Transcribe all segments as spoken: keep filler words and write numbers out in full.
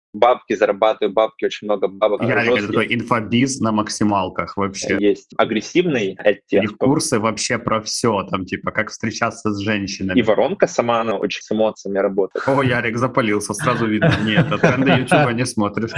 бабки, зарабатываю бабки, очень много бабок. Ярик, это Жесткий такой инфобиз на максималках вообще. есть агрессивный У оттенок. них курсы вообще про все, там типа как встречаться с И женщинами. воронка сама, она очень с эмоциями работает. О, Ярик запалился, сразу видно. Нет, а тренды Ютуба не смотришь.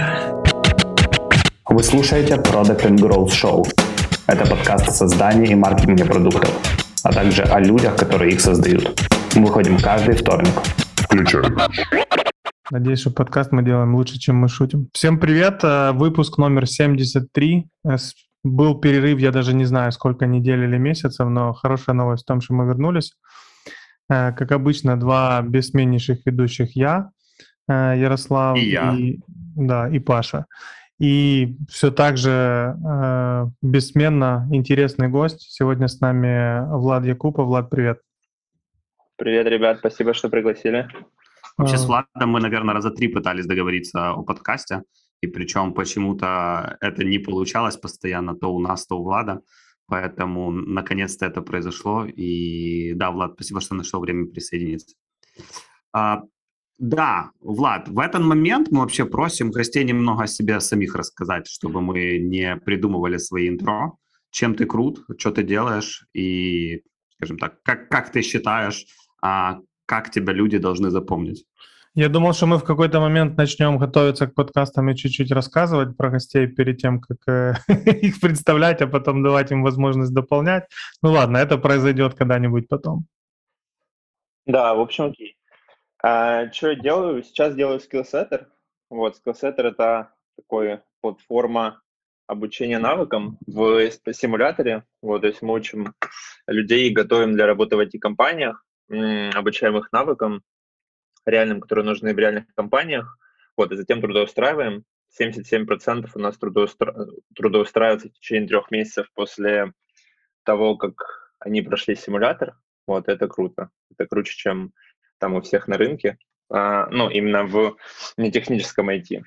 Вы слушаете Product and Growth Show. Это подкаст о создании и маркетинге продуктов, а также о людях, которые их создают. Мы выходим каждый вторник. Включаем. Надеюсь, что подкаст мы делаем лучше, чем мы шутим. Всем привет, выпуск номер семьдесят три. Был перерыв, я даже не знаю, сколько недель или месяцев, но хорошая новость в том, что мы вернулись. Как обычно, два бессменнейших ведущих я, Ярослав, и, я. и, да, и Паша. И все так же э, бессменно интересный гость. Сегодня с нами Влад Якупов. Влад, привет. Привет, ребят, спасибо, что пригласили. Вообще с Владом мы, наверное, раза три пытались договориться о подкасте, и причем почему-то это не получалось постоянно, то у нас, то у Влада, поэтому наконец-то это произошло, и да, Влад, спасибо, что нашел время присоединиться. А, да, Влад, в этот момент мы вообще просим гостей немного о себе самих рассказать, чтобы мы не придумывали свои интро, чем ты крут, что ты делаешь, и, скажем так, как, как ты считаешь, а, как тебя люди должны запомнить? Я думал, что мы в какой-то момент начнем готовиться к подкастам и чуть-чуть рассказывать про гостей перед тем, как э, их представлять, а потом давать им возможность дополнять. Ну ладно, это произойдет когда-нибудь потом. Да, в общем, окей. А, что я делаю? Сейчас делаю Skillsetter. Вот, Skillsetter — это такая платформа обучения навыкам в симуляторе. Вот, то есть мы учим людей, готовим для работы в ай ти-компаниях, обучаем их навыкам реальным, которые нужны в реальных компаниях. Вот, и затем трудоустраиваем. семьдесят семь процентов у нас трудоустра... трудоустраиваются в течение трех месяцев после того, как они прошли симулятор. Вот, это круто. Это круче, чем там у всех на рынке. А, ну, именно в нетехническом ай ти.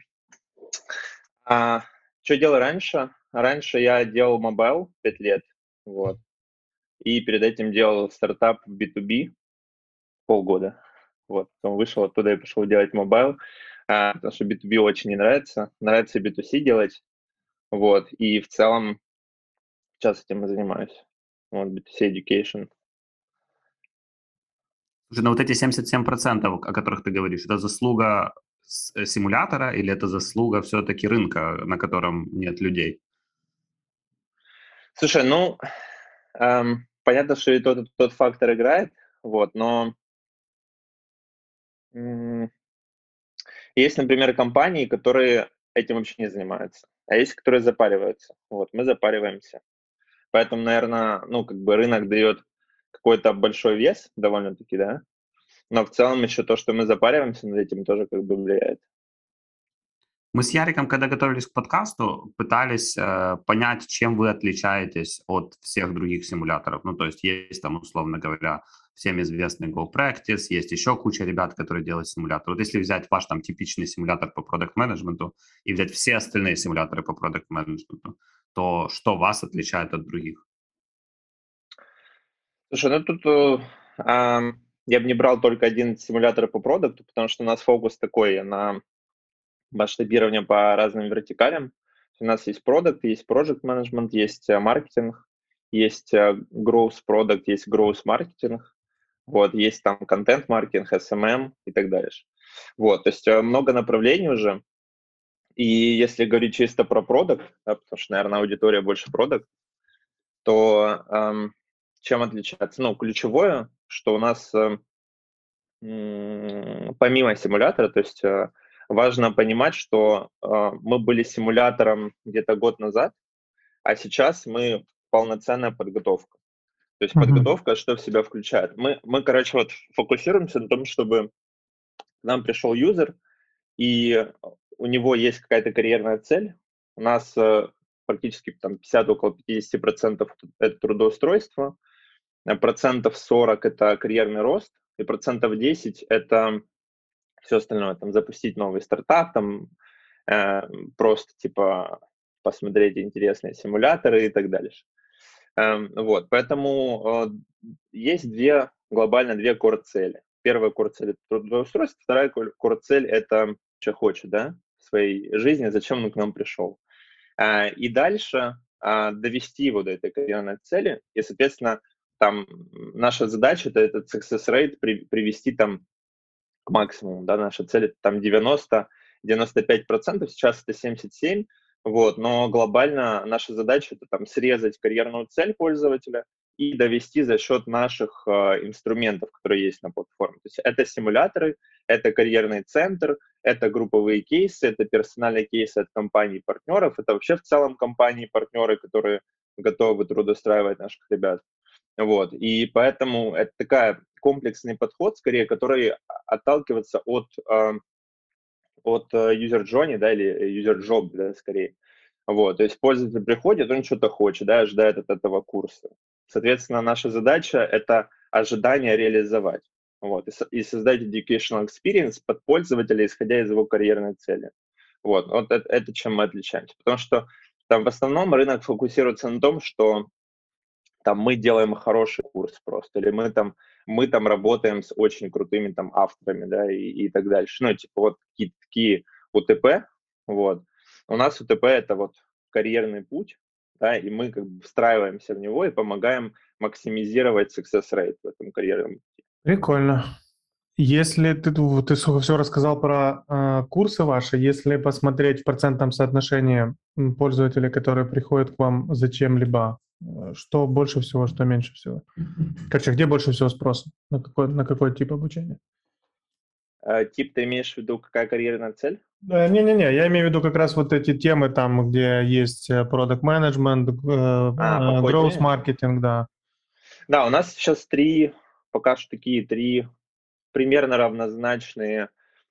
А, что делал раньше? Раньше я делал мобайл пять лет. Вот. И перед этим делал стартап би ту би полгода. Вот, потом вышел оттуда и пошел делать мобайл, а, потому что би ту би очень не нравится. Нравится би ту си делать. Вот, и в целом сейчас этим и занимаюсь. Вот, би ту си Education. Слушай, ну вот эти семьдесят семь процентов, о которых ты говоришь, это заслуга симулятора или это заслуга все-таки рынка, на котором нет людей? Слушай, ну, эм, понятно, что и тот, и тот фактор играет, вот, но м- есть, например, компании, которые этим вообще не занимаются, а есть, которые запариваются. Вот, мы запариваемся. Поэтому, наверное, ну, как бы рынок дает какой-то большой вес довольно-таки, да, но в целом еще то, что мы запариваемся над этим, тоже как бы влияет. Мы с Яриком, когда готовились к подкасту, пытались э, понять, чем вы отличаетесь от всех других симуляторов. Ну, то есть есть там, условно говоря, всем известный GoPractice, есть еще куча ребят, которые делают симулятор. Вот если взять ваш там типичный симулятор по продакт-менеджменту и взять все остальные симуляторы по продакт-менеджменту, то что вас отличает от других? Слушай, ну тут э, э, я бы не брал только один симулятор по продукту, потому что у нас фокус такой на масштабирование по разным вертикалям. У нас есть продукт, есть project management, есть э, маркетинг, есть э, growth product, есть growth маркетинг, вот, есть там контент-маркетинг, эс эм эм и так дальше. Вот, то есть э, много направлений уже. И если говорить чисто про продукт, да, потому что, наверное, аудитория больше продукт, то эм, чем отличается? Ну, ключевое, что у нас э, м, помимо симулятора, то есть э, важно понимать, что э, мы были симулятором где-то год назад, а сейчас мы полноценная подготовка. То есть Мгм. подготовка что в себя включает? Мы, мы, короче, вот фокусируемся на том, чтобы к нам пришел юзер, и у него есть какая-то карьерная цель. У нас э, практически там пятьдесят, около пятьдесят процентов это трудоустройство, э, процентов сорок это карьерный рост, и процентов десять это все остальное, там запустить новый стартап, там э, просто типа посмотреть интересные симуляторы и так дальше. Эм, вот, поэтому э, есть две, глобально две core-цели. Первая core-цель — это трудоустройство, вторая core-цель — это что хочет, да, своей жизни, зачем он к нам пришел. А, и дальше а, довести его до этой карьерной цели, и, соответственно, там наша задача — это этот success rate при, привести там к максимуму, да, наша цель — это там девяносто девяносто пять процентов, сейчас это семьдесят семь процентов, вот, но глобально наша задача — это там срезать карьерную цель пользователя и довести за счет наших э, инструментов, которые есть на платформе. То есть это симуляторы, это карьерный центр, это групповые кейсы, это персональные кейсы от компаний-партнеров, это вообще в целом компании-партнеры, которые готовы трудоустраивать наших ребят. Вот, и поэтому это такая комплексный подход, скорее, который отталкивается от, э, от user journey, да, или user job, да, скорее. Вот, то есть пользователь приходит, он что-то хочет, да, ожидает от этого курса. Соответственно, наша задача — это ожидание реализовать. Вот, и, со- и создать educational experience под пользователя, исходя из его карьерной цели. Вот, вот это, это чем мы отличаемся. Потому что там в основном рынок фокусируется на том, что там мы делаем хороший курс просто, или мы там, мы там работаем с очень крутыми там авторами, да, и, и так дальше. Ну, типа вот какие-то такие УТП, вот. У нас УТП — это вот карьерный путь, да, и мы как бы встраиваемся в него и помогаем максимизировать success rate в этом карьерном пути. Прикольно. Если ты, ту- ты все рассказал про э, курсы ваши, если посмотреть в процентном соотношении м, пользователей, которые приходят к вам за чем-либо, э, что больше всего, что меньше всего? Короче, где больше всего спроса? На какой, на какой тип обучения? А, тип, ты имеешь в виду, какая карьерная цель? Э, Не-не-не, я имею в виду как раз вот эти темы там, где есть э, product management, э, А, по э, какой growth теме? marketing, да. Да, у нас сейчас три, пока что такие три примерно равнозначные,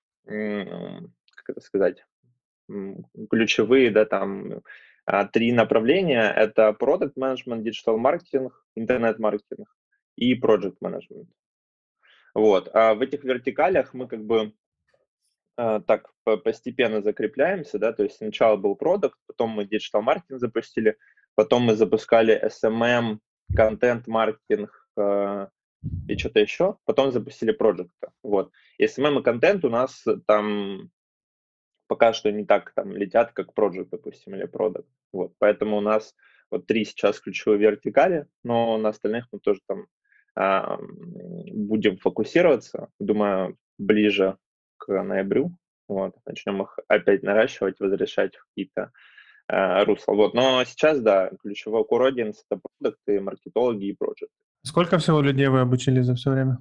м, как это сказать, м, ключевые, да, там а, три направления. Это product management, digital маркетинг, интернет-маркетинг и project management. Вот. А в этих вертикалях мы как бы а, так по- постепенно закрепляемся, да, то есть сначала был продукт, потом мы digital маркетинг запустили, потом мы запускали эс эм эм, контент-маркетинг, э, и что-то еще, потом запустили проекта. Вот. И эс эм эм и контент у нас там пока что не так там летят, как Project, допустим, или Product. Вот, поэтому у нас вот три сейчас ключевые вертикали, но на остальных мы тоже там а, м, будем фокусироваться. Думаю, ближе к ноябрю. Вот, начнем их опять наращивать, возвращать в какие-то а, русла. Вот, но сейчас, да, ключевой core audience — это продукты, маркетологи и Project. Сколько всего людей вы обучили за все время?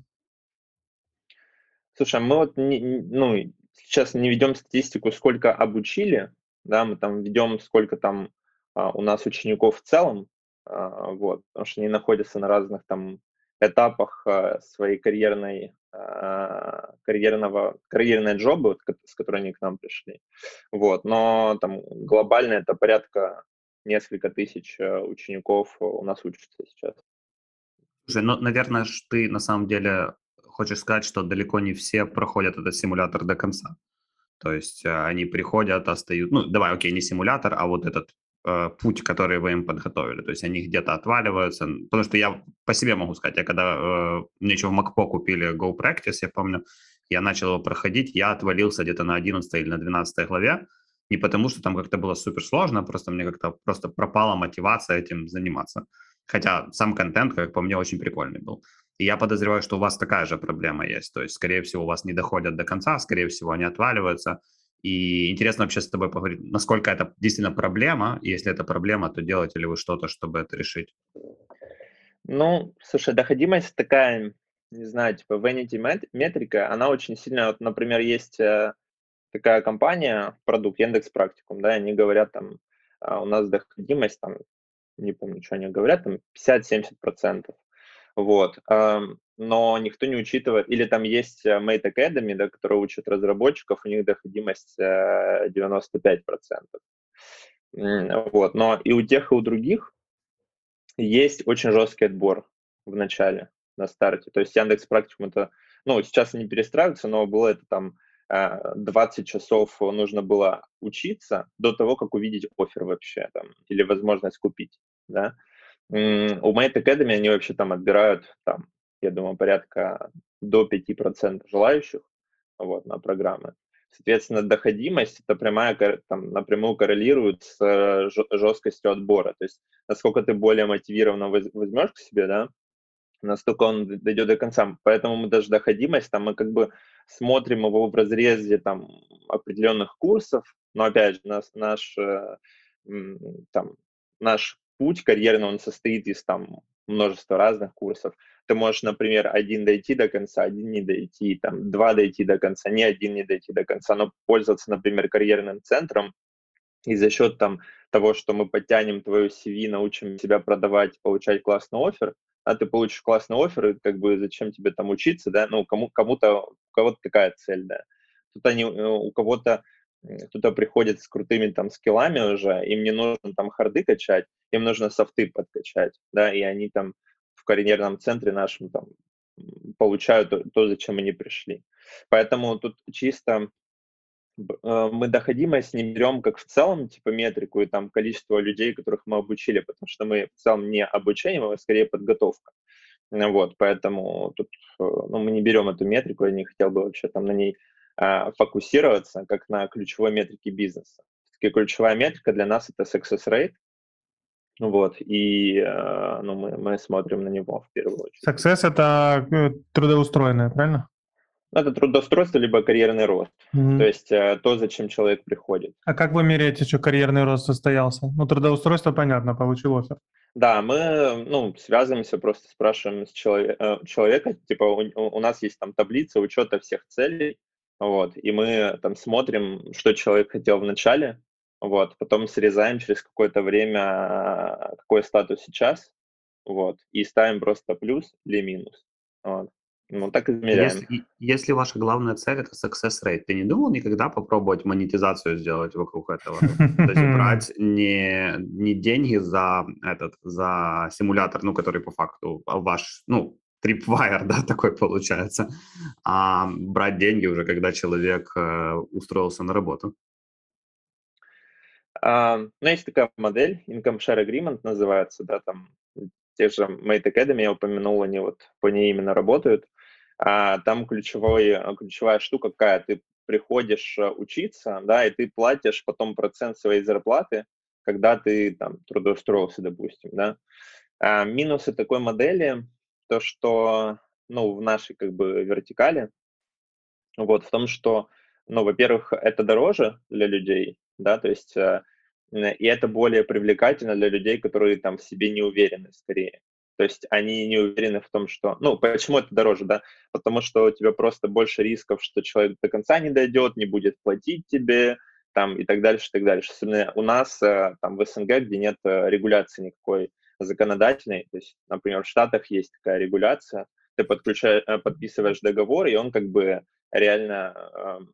Слушай, а мы вот не, не- ну, сейчас не ведем статистику, сколько обучили, да, мы там ведем, сколько там а, у нас учеников в целом, а, вот, потому что они находятся на разных там этапах а, своей карьерной, а, карьерного, карьерной джобы, вот, ко- с которой они к нам пришли, вот, но там глобально это порядка несколько тысяч а, учеников у нас учатся сейчас. Слушай, ну, наверное, ж ты на самом деле хочешь сказать, что далеко не все проходят этот симулятор до конца. То есть э, они приходят, остают, ну, давай, окей, не симулятор, а вот этот э, путь, который вы им подготовили. То есть они где-то отваливаются. Н- Потому что я по себе могу сказать, я когда э, мне еще в Макпо купили Go Practice, я помню, я начал его проходить, я отвалился где-то на одиннадцатой или на двенадцатой главе. Не потому, что там как-то было супер сложно, просто мне как-то просто пропала мотивация этим заниматься. Хотя сам контент, как по мне, очень прикольный был. И я подозреваю, что у вас такая же проблема есть. То есть, скорее всего, у вас не доходят до конца, скорее всего, они отваливаются. И интересно вообще с тобой поговорить, насколько это действительно проблема. И если это проблема, то делаете ли вы что-то, чтобы это решить? Ну, слушай, доходимость такая, не знаю, типа vanity met- метрика, она очень сильно, вот, например, есть э, такая компания, продукт Яндекс Практикум, да, и они говорят там, а, у нас доходимость там, не помню, что они говорят, там пятьдесят-семьдесят процентов, вот, ам, но никто не учитывает, или там есть э, Mate Academy, да, которые учат разработчиков, у них доходимость э, девяносто пять процентов, М, вот, но и у тех, и у других есть очень жесткий отбор в начале, на старте. То есть Яндекс Практикум — это, ну, сейчас они перестраиваются, но было это там э, двадцать часов нужно было учиться до того, как увидеть оффер вообще там или возможность купить, да. М, У Mate Academy они вообще там отбирают там, я думаю, порядка до пяти процентов желающих вот, на программы. Соответственно, доходимость это прямая, кор- там, напрямую коррелирует с э, жё- жесткостью отбора. То есть насколько ты более мотивированно воз- возьмешь к себе, да, настолько он д- дойдет до конца. Поэтому мы даже доходимость, там мы как бы смотрим его в разрезе там определенных курсов, но опять же нас, наш, э, м, там, наш путь карьерный, он состоит из там множества разных курсов. Ты можешь, например, один дойти до конца, один не дойти, там, два дойти до конца, ни один не дойти до конца, но пользоваться, например, карьерным центром, и за счет там того, что мы подтянем твою си ви, научим тебя продавать, получать классный оффер, а ты получишь классный оффер, и как бы зачем тебе там учиться, да, ну, кому, кому-то, у кого-то такая цель, да. Тут они, э, у кого-то, м, кто-то приходит с крутыми там скиллами уже, им не нужно там харды качать, им нужно софты подкачать, да, и они там в карьерном центре нашем там м, получают то, то, зачем они пришли. Поэтому тут чисто Б э, мы доходимость не берем как в целом, типа, метрику и там количество людей, которых мы обучили, потому что мы в целом не обучение, мы скорее подготовка. Ну вот, поэтому тут, э, ну, мы не берем эту метрику, я не хотел бы вообще там на ней, а, фокусироваться, как на ключевой метрике бизнеса. Всё-таки ключевая метрика для нас — это success rate. Ну вот, и, э, ну, мы мы смотрим на него в первую очередь. Success — это э, трудоустроенное, правильно? Ну, это трудоустройство либо карьерный рост. То Мгм. есть, э, то, зачем человек приходит. А как вы меряете, что карьерный рост состоялся? Ну, трудоустройство, понятно, получил оффер. Да, мы, ну, связываемся, просто спрашиваем с челове э, человека, типа, у у нас есть там таблица учета всех целей, вот, и мы там смотрим, что человек хотел в начале, вот, потом срезаем через какое-то время, а, какой статус сейчас, вот, и ставим просто плюс или минус. Вот. Ну, так и измеряем. Если, и- если ваша главная цель — это success rate, ты не думал никогда попробовать монетизацию сделать вокруг этого? То есть брать не, не деньги за этот, за симулятор, ну, который по факту ваш, ну, Tripwire, да, такой получается, а брать деньги уже, когда человек э, устроился на работу. А, ну, есть такая модель, Income Share Agreement называется, да, там м, те же Mate Academy я упомянул, они вот по ней именно работают. А, там ключевой, а, ключевая штука какая, ты приходишь а, учиться, да, и ты платишь потом процент своей зарплаты, когда ты там трудоустроился, допустим, да. А, минусы такой модели, то, что, ну, в нашей как бы вертикали, вот, в том, что, ну, во-первых, это дороже для людей, да, то есть, э, н и это более привлекательно для людей, которые там в себе не уверены скорее. То есть они не уверены в том, что, ну, почему это дороже, да? Потому что у тебя просто больше рисков, что человек до конца не дойдет, не будет платить тебе, там, и так дальше, и так дальше. Особенно у нас, э, там, в СНГ, где нет э, регуляции никакой законодательной, то есть, например, в Штатах есть такая регуляция, ты подключаешь, э, подписываешь договор, и он как бы реально, ам,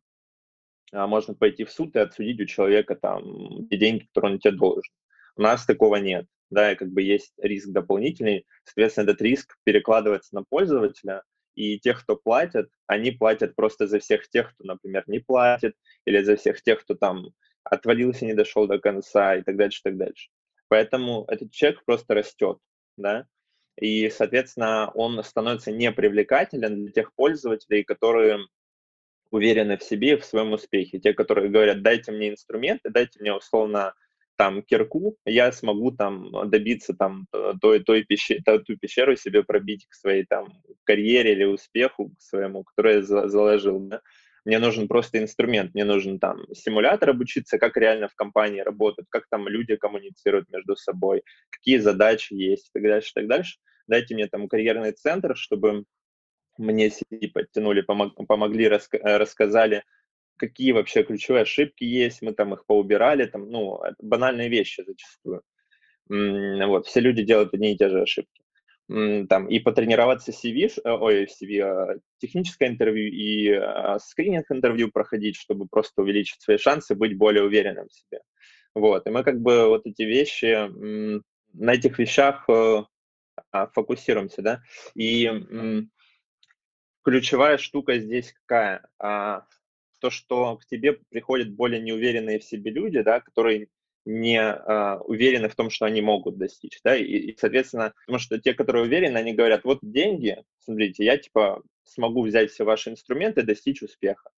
а, можно пойти в суд и отсудить у человека там те деньги, которые он тебе должен. У нас такого нет, да, и как бы есть риск дополнительный, соответственно, этот риск перекладывается на пользователя, и тех, кто платят, они платят просто за всех тех, кто, например, не платит, или за всех тех, кто там отвалился, не дошел до конца и так дальше, и так дальше. Поэтому этот чек просто растет, да, и, соответственно, он становится непривлекателен для тех пользователей, которые уверены в себе и в своем успехе. Те, которые говорят: "Дайте мне инструменты, дайте мне условно там кирку, я смогу там добиться там э, той той пеще та ту пещеру себе пробить к своей там карьере или успеху к своему, который я за заложил, да. Мне нужен просто инструмент, мне нужен там симулятор обучиться, как реально в компании работают, как там люди коммуницируют между собой, какие задачи есть и так дальше, и так дальше. Дайте мне там карьерный центр, чтобы мне си ви подтянули, помог помогли, раска э, рассказали, какие вообще ключевые ошибки есть, мы там их поубирали, там, ну, это банальные вещи зачастую. М, вот, все люди делают одни и те же ошибки. М, там, и потренироваться си ви, ш э, ой, си ви, а, техническое интервью и, а, скрининг-интервью проходить, чтобы просто увеличить свои шансы быть более уверенным в себе. Вот, и мы как бы вот эти вещи, м, на этих вещах, э, а, фокусируемся, да. И, м ключевая штука здесь какая? А, то, что к тебе приходят более неуверенные в себе люди, да, которые не а, уверены в том, что они могут достичь, да, и, и, соответственно, потому что те, которые уверены, они говорят: вот деньги, смотрите, я типа смогу взять все ваши инструменты и достичь успеха.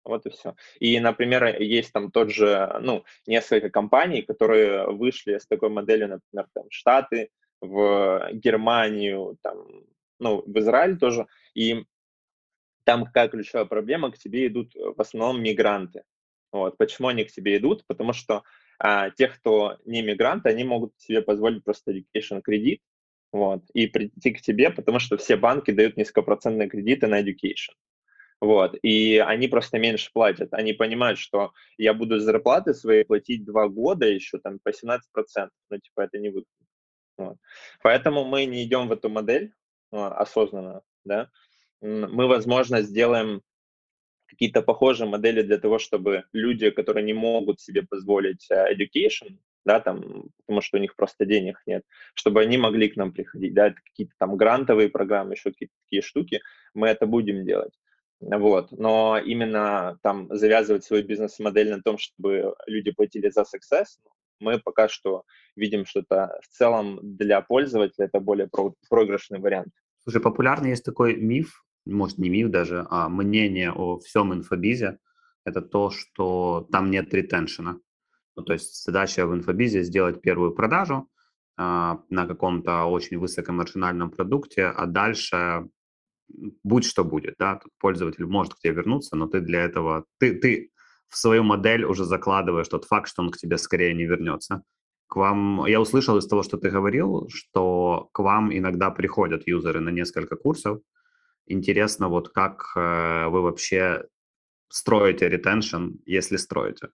Вот и все. И, например, есть там тот же, ну, несколько компаний, которые вышли с такой моделью, например, там, в Штаты, в Германию, там, ну, в Израиль тоже. И там какая ключевая проблема? К тебе идут э, в основном мигранты. Вот. Почему они к тебе идут? Потому что а, те, кто не мигранты, они могут себе позволить просто education кредит, вот, и прийти к тебе, потому что все банки дают низкопроцентные кредиты на education. Вот, и они просто меньше платят. Они понимают, что я буду с зарплаты своей платить два года еще там по семнадцать процентов. Ну, типа, это не выгодно. Вот. Поэтому мы не идем в эту модель а, осознанно, да. М, Мы, возможно, сделаем какие-то похожие модели для того, чтобы люди, которые не могут себе позволить э, education, да, там, потому что у них просто денег нет, чтобы они могли к нам приходить, да, это какие-то там грантовые программы, еще какие-то такие штуки, мы это будем делать. Вот, но именно там завязывать свою бизнес-модель на том, чтобы люди платили за success, мы пока что видим, что это в целом для пользователя это более про- проигрышный вариант. Слушай, популярный есть такой миф, может, не миф даже, а мнение о всем инфобизе. Это то, что там нет ретеншена. Ну, то есть задача в инфобизе сделать первую продажу а, на каком-то очень высокомаржинальном продукте, а дальше м, будь что будет, да, тут пользователь может к тебе вернуться, но ты для этого, ты, ты в свою модель уже закладываешь тот факт, что он к тебе скорее не вернется. К вам, я услышал из того, что ты говорил, что к вам иногда приходят юзеры на несколько курсов. Интересно, вот как э, вы вообще строите ретеншн, если строите?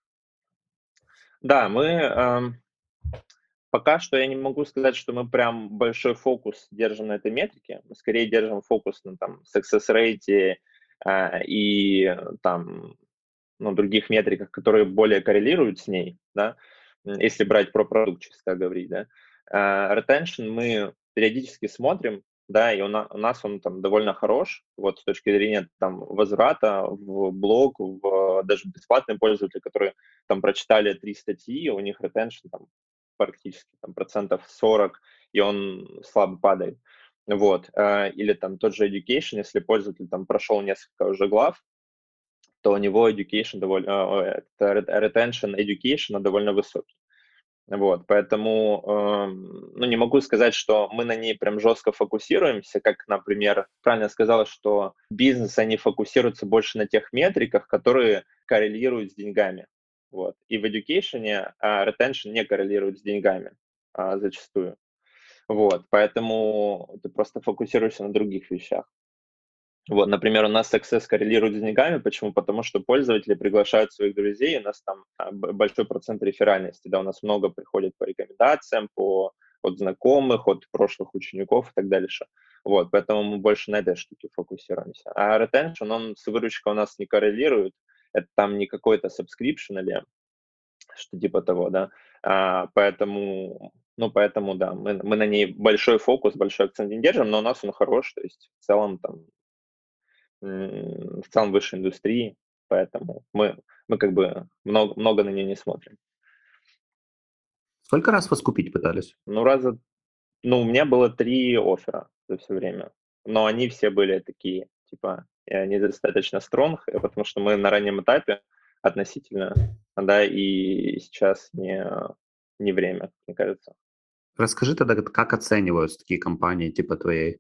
Да, мы эм, пока что я не могу сказать, что мы прям большой фокус держим на этой метрике. Мы скорее держим фокус на там success rate э, и э, там ну, других метриках, которые более коррелируют с ней, да, м, если брать про продукт чисто говорить, да. А, Retention мы периодически смотрим, да, и у, на- у нас он там довольно хорош, вот с точки зрения там возврата в блог, в даже бесплатные пользователи, которые там прочитали три статьи, у них retention там практически там процентов сорок, и он слабо падает. Вот. а, Или там тот же education, если пользователь там прошел несколько уже глав, то у него education довольно, э, это retention education довольно высокий. Вот, поэтому, эм, ну, не могу сказать, что мы на ней прям жестко фокусируемся, как, например, правильно сказала, что бизнес, они фокусируются больше на тех метриках, которые коррелируют с деньгами. Вот. И в education а, retention не коррелирует с деньгами а, зачастую. Вот, поэтому ты просто фокусируешься на других вещах. Вот, например, у нас success коррелирует с деньгами. Почему? Потому что пользователи приглашают своих друзей, у нас там а, б- большой процент реферальности, да, у нас много приходит по рекомендациям, по, от знакомых, от прошлых учеников и так дальше. Вот, поэтому мы больше на этой штуке фокусируемся. А retention, он с выручкой у нас не коррелирует, это там не какой-то subscription или что типа того, да. А, поэтому, ну, поэтому, да, мы, мы на ней большой фокус, большой акцент не держим, но у нас он хорош, то есть в целом там м, в целом высшей индустрии, поэтому мы, мы как бы много, много на нее не смотрим. Сколько раз вас купить пытались? Ну, раза, ну, у меня было три оффера за все время, но они все были такие, типа, э, недостаточно стронг, э, потому что мы на раннем этапе относительно, да, и сейчас не, не время, мне кажется. Расскажи тогда, как как оцениваются такие компании типа твоей?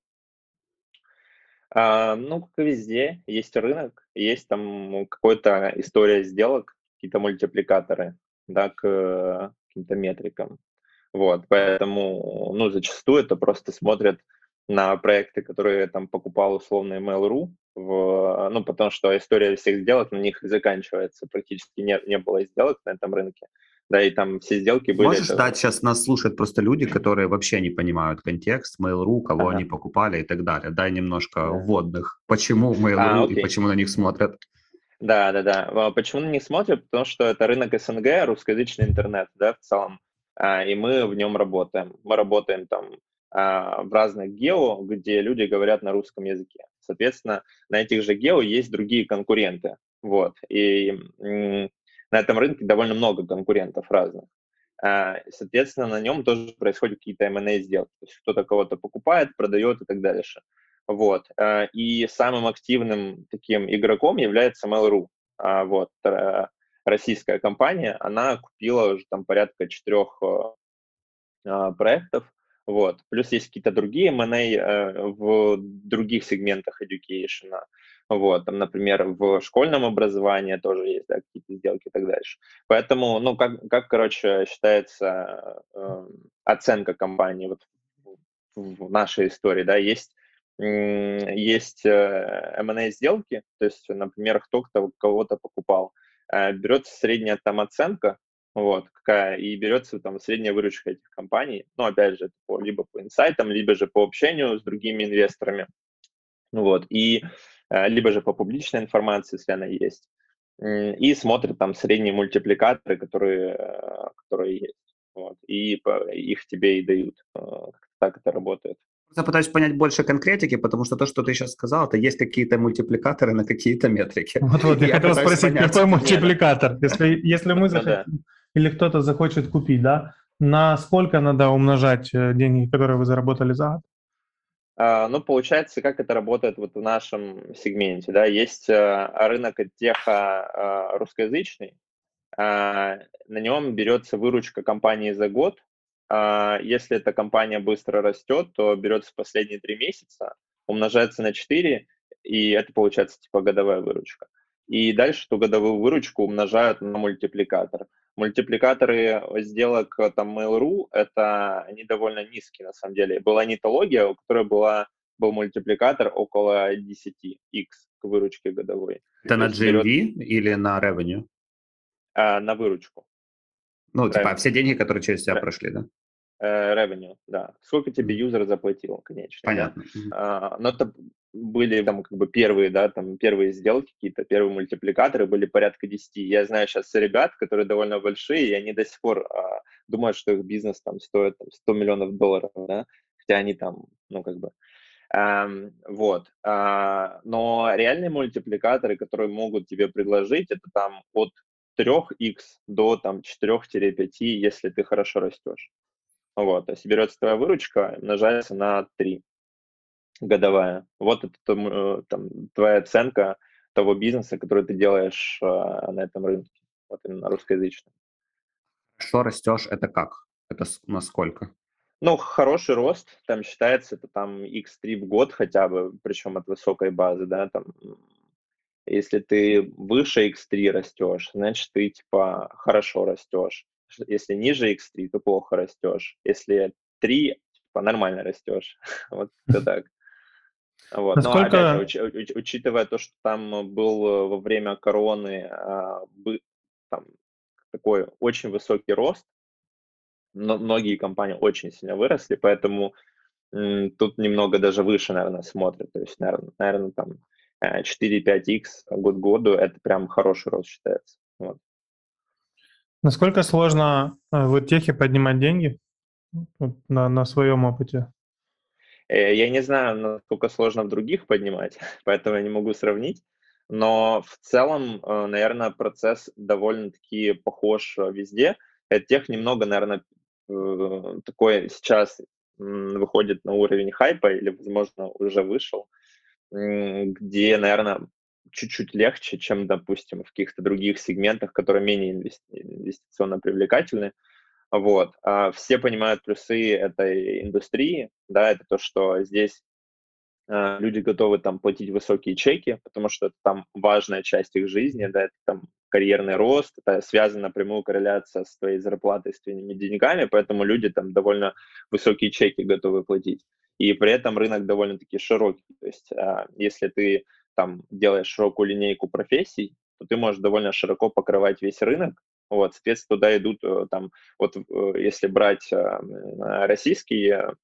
А, ну, как и везде, есть рынок, есть там какая-то история сделок, какие-то мультипликаторы, да, к э, каким-то метрикам. Вот, поэтому, ну, зачастую это просто смотрят на проекты, которые там покупал условно Mail.ru, в, ну, потому что история всех сделок на них и заканчивается. Практически не, не было сделок на этом рынке. Да, и там все сделки были Можешь это... дать, сейчас нас слушают просто люди, которые вообще не понимают контекст Mail.ru, кого они Ага, покупали и так далее. Дай немножко да. вводных. Почему А, Mail.ru и окей. почему на них смотрят? Да, да, да. А почему на них смотрят? Потому что это рынок СНГ, русскоязычный интернет, да, в целом. А, и мы в нем работаем. Мы работаем там а, в разных гео, где люди говорят на русском языке. Соответственно, на этих же гео есть другие конкуренты. Вот. И м, на этом рынке довольно много конкурентов разных. А, и, соответственно, на нем тоже происходят какие-то эм энд эй сделки. То есть кто-то кого-то покупает, продает и так дальше. Вот. а, И самым активным таким игроком является Mail.ru. а, вот, э, российская компания, она купила уже там порядка четырех а, проектов, вот. Плюс есть какие-то другие эм энд эй э, в других сегментах education. Вот, там, например, в школьном образовании тоже есть, да, какие-то сделки и так дальше. Поэтому, ну, как, как короче, считается э, оценка компании вот в, в нашей истории, да, есть м, есть э, эм энд эй-сделки, то есть, например, кто-то кого-то покупал, э, берется средняя там оценка, вот, какая, и берется там средняя выручка этих компаний, ну, опять же, по, либо по инсайтам, либо же по общению с другими инвесторами, вот, и э, либо же по публичной информации, если она есть, м, и смотрят там средние мультипликаторы, которые, э, которые есть, вот, и по- их тебе и дают. Э, как-то так это работает. Я пытаюсь понять больше конкретики, потому что то, что ты сейчас сказал, это есть какие-то мультипликаторы на какие-то метрики. Вот-вот, я Я хотел пытаюсь спросить, понять. какой Не, ну, мультипликатор? Если, если мы ну да. захотим, или кто-то захочет купить, да, на сколько надо умножать э, деньги, которые вы заработали за год? А, Ну, получается, как это работает вот в нашем сегменте, да, есть э, рынок теха э, русскоязычный, а, на нем берется выручка компании за год. А, Если эта компания быстро растет, то берется последние три месяца, умножается на четыре, и это получается типа годовая выручка. И дальше эту годовую выручку умножают на мультипликатор. Мультипликаторы сделок э, там Mail.ru, это они довольно низкие на самом деле. Была нетология, у которой была, был мультипликатор около десять икс к выручке годовой. Это То на есть берет джи эм ви или на revenue? а, на выручку. Ну, типа, все Revenue. деньги, которые через тебя Ре- прошли, да? э, Revenue, да. Сколько тебе Мгм. юзер заплатил, конечный, да. Понятно. Мгм. А, Но это были там как бы первые, да, там первые сделки какие-то, первые мультипликаторы были порядка десять. Я знаю сейчас ребят, которые довольно большие, и они до сих пор а, думают, что их бизнес там стоит там, сто миллионов долларов, да, хотя они там, ну, как бы, ам, вот. А, но реальные мультипликаторы, которые могут тебе предложить, это там от трех икс до там четыре-пять, если ты хорошо растешь. Вот, то есть берется твоя выручка, умножается на три годовая. Вот это там, э, там твоя оценка того бизнеса, который ты делаешь э, на этом рынке, вот именно русскоязычном. Что растешь, это как? Это с- насколько? Ну, хороший рост, там считается, это там икс три в год хотя бы, причем от высокой базы, да, там, м, если ты выше икс три растешь, значит, ты, типа, хорошо растешь. Ш- Если ниже икс три, то плохо растешь. Если три, типа, нормально растешь. Вот это так. Вот. Но опять же, Насколько, уч- уч- учитывая то, что там э, был э, во время короны а, бы- там такой очень высокий рост, но многие компании очень сильно выросли, поэтому м, тут немного даже выше, наверное, смотрят. То есть, наверное, наверное там э, четыре-пять икс год к году — это прям хороший рост считается. Вот. насколько сложно э, в техе поднимать деньги? Вот на, на своем опыте. Э, Я не знаю, насколько сложно в других поднимать, поэтому я не могу сравнить. Но в целом, э, наверное, процесс довольно-таки похож э, везде. Тех немного, наверное, э, такой сейчас м, выходит на уровень хайпа или, возможно, уже вышел, м, где, наверное, чуть-чуть легче, чем, допустим, в каких-то других сегментах, которые менее инвести- инвестиционно привлекательны. Вот. А все понимают плюсы этой индустрии, да, это то, что здесь э, люди готовы там платить высокие чеки, потому что это там важная часть их жизни, да, это там карьерный рост, это связана напрямую корреляция с твоей зарплатой, с твоими деньгами, поэтому люди там довольно высокие чеки готовы платить. И при этом рынок довольно-таки широкий. То есть а, если ты там делаешь широкую линейку профессий, то ты можешь довольно широко покрывать весь рынок. Вот, соответственно, туда идут э, там, вот э, если брать э, м, российские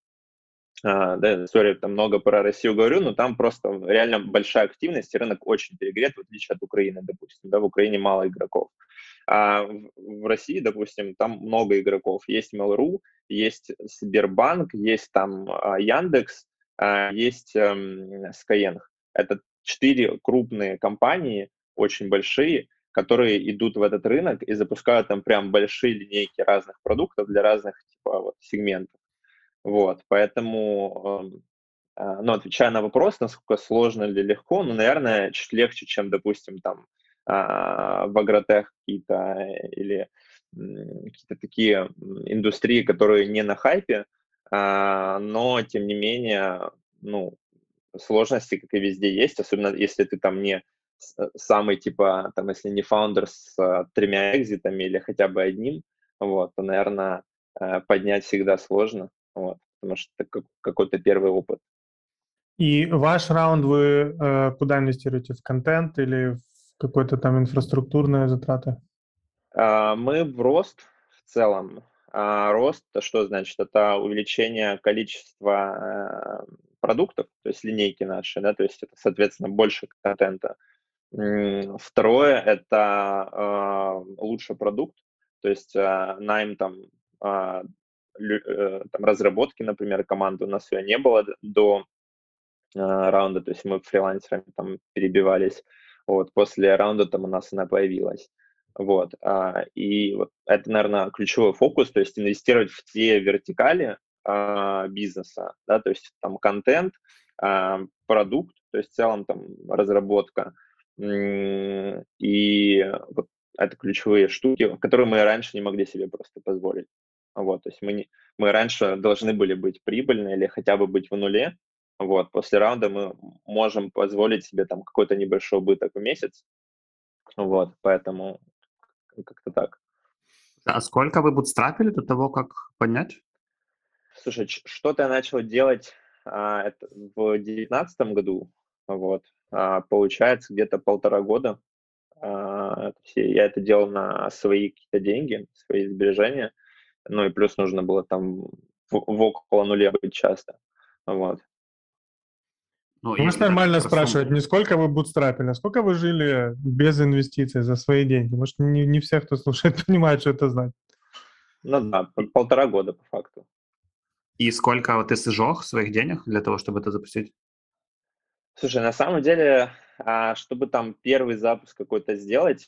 а, да, сори, там много про Россию говорю, но там просто реально большая активность, и рынок очень перегрет, в отличие от Украины, допустим. Да, в Украине мало игроков. А в, в России, допустим, там много игроков. Есть Mail.ru, есть Сбербанк, есть там а, Яндекс, а, есть эм, Skyeng. Это четыре крупные компании, очень большие, которые идут в этот рынок и запускают там прям большие линейки разных продуктов для разных типа, вот, сегментов. Вот, поэтому, эм, а, ну, отвечая на вопрос, насколько сложно или легко, ну, наверное, чуть легче, чем, допустим, там, а, в агротех какие-то или м, какие-то такие индустрии, которые не на хайпе, а, но тем не менее, ну, сложности, как и везде, есть, особенно если ты там не с- э, самый, типа, там, если не фаундер с а, тремя экзитами или хотя бы одним, вот, то, наверное, поднять всегда сложно, вот, потому что это как- какой-то первый опыт. И ваш раунд вы э, куда инвестируете? В контент или в какой-то там инфраструктурные затраты? А, Мы в рост в целом. А рост, это что значит? Это увеличение количества э, продуктов, то есть линейки наши, да, то есть это, соответственно, больше контента. М, Второе– это а, лучший продукт, то есть а, найм там, а, лю- э, там разработки, например, команды у нас ее не было д- до а, раунда, то есть мы фрилансерами там перебивались. Вот, после раунда там у нас она появилась. Вот, а, и вот это, наверное, ключевой фокус, то есть инвестировать в те вертикали а, бизнеса, да, то есть там контент, а, продукт, то есть в целом там разработка, м, и вот это ключевые штуки, которые мы раньше не могли себе просто позволить. Вот, то есть мы, не, мы раньше должны были быть прибыльны или хотя бы быть в нуле, вот, после раунда мы можем позволить себе там какой-то небольшой убыток в месяц. Вот, поэтому как-то так. А сколько вы бутстрапили до того, как поднять? Слушай, ч- что-то я начал делать а, это в девятнадцатом году, вот, а, получается где-то полтора года. А, то есть я это делал на свои какие-то деньги, свои сбережения, ну и плюс нужно было там в, в около нуля быть часто. Вот. Ну, Можешь если говорить нормально про спрашивать, сумму. не сколько вы бутстрапили, а сколько вы жили без инвестиций за свои деньги? Может, не, не все, кто слушает, понимают, что это значит. Ну да, пол- полтора года по факту. И сколько вот ты сжег своих денег для того, чтобы это запустить? Слушай, на самом деле, а, чтобы там первый запуск какой-то сделать,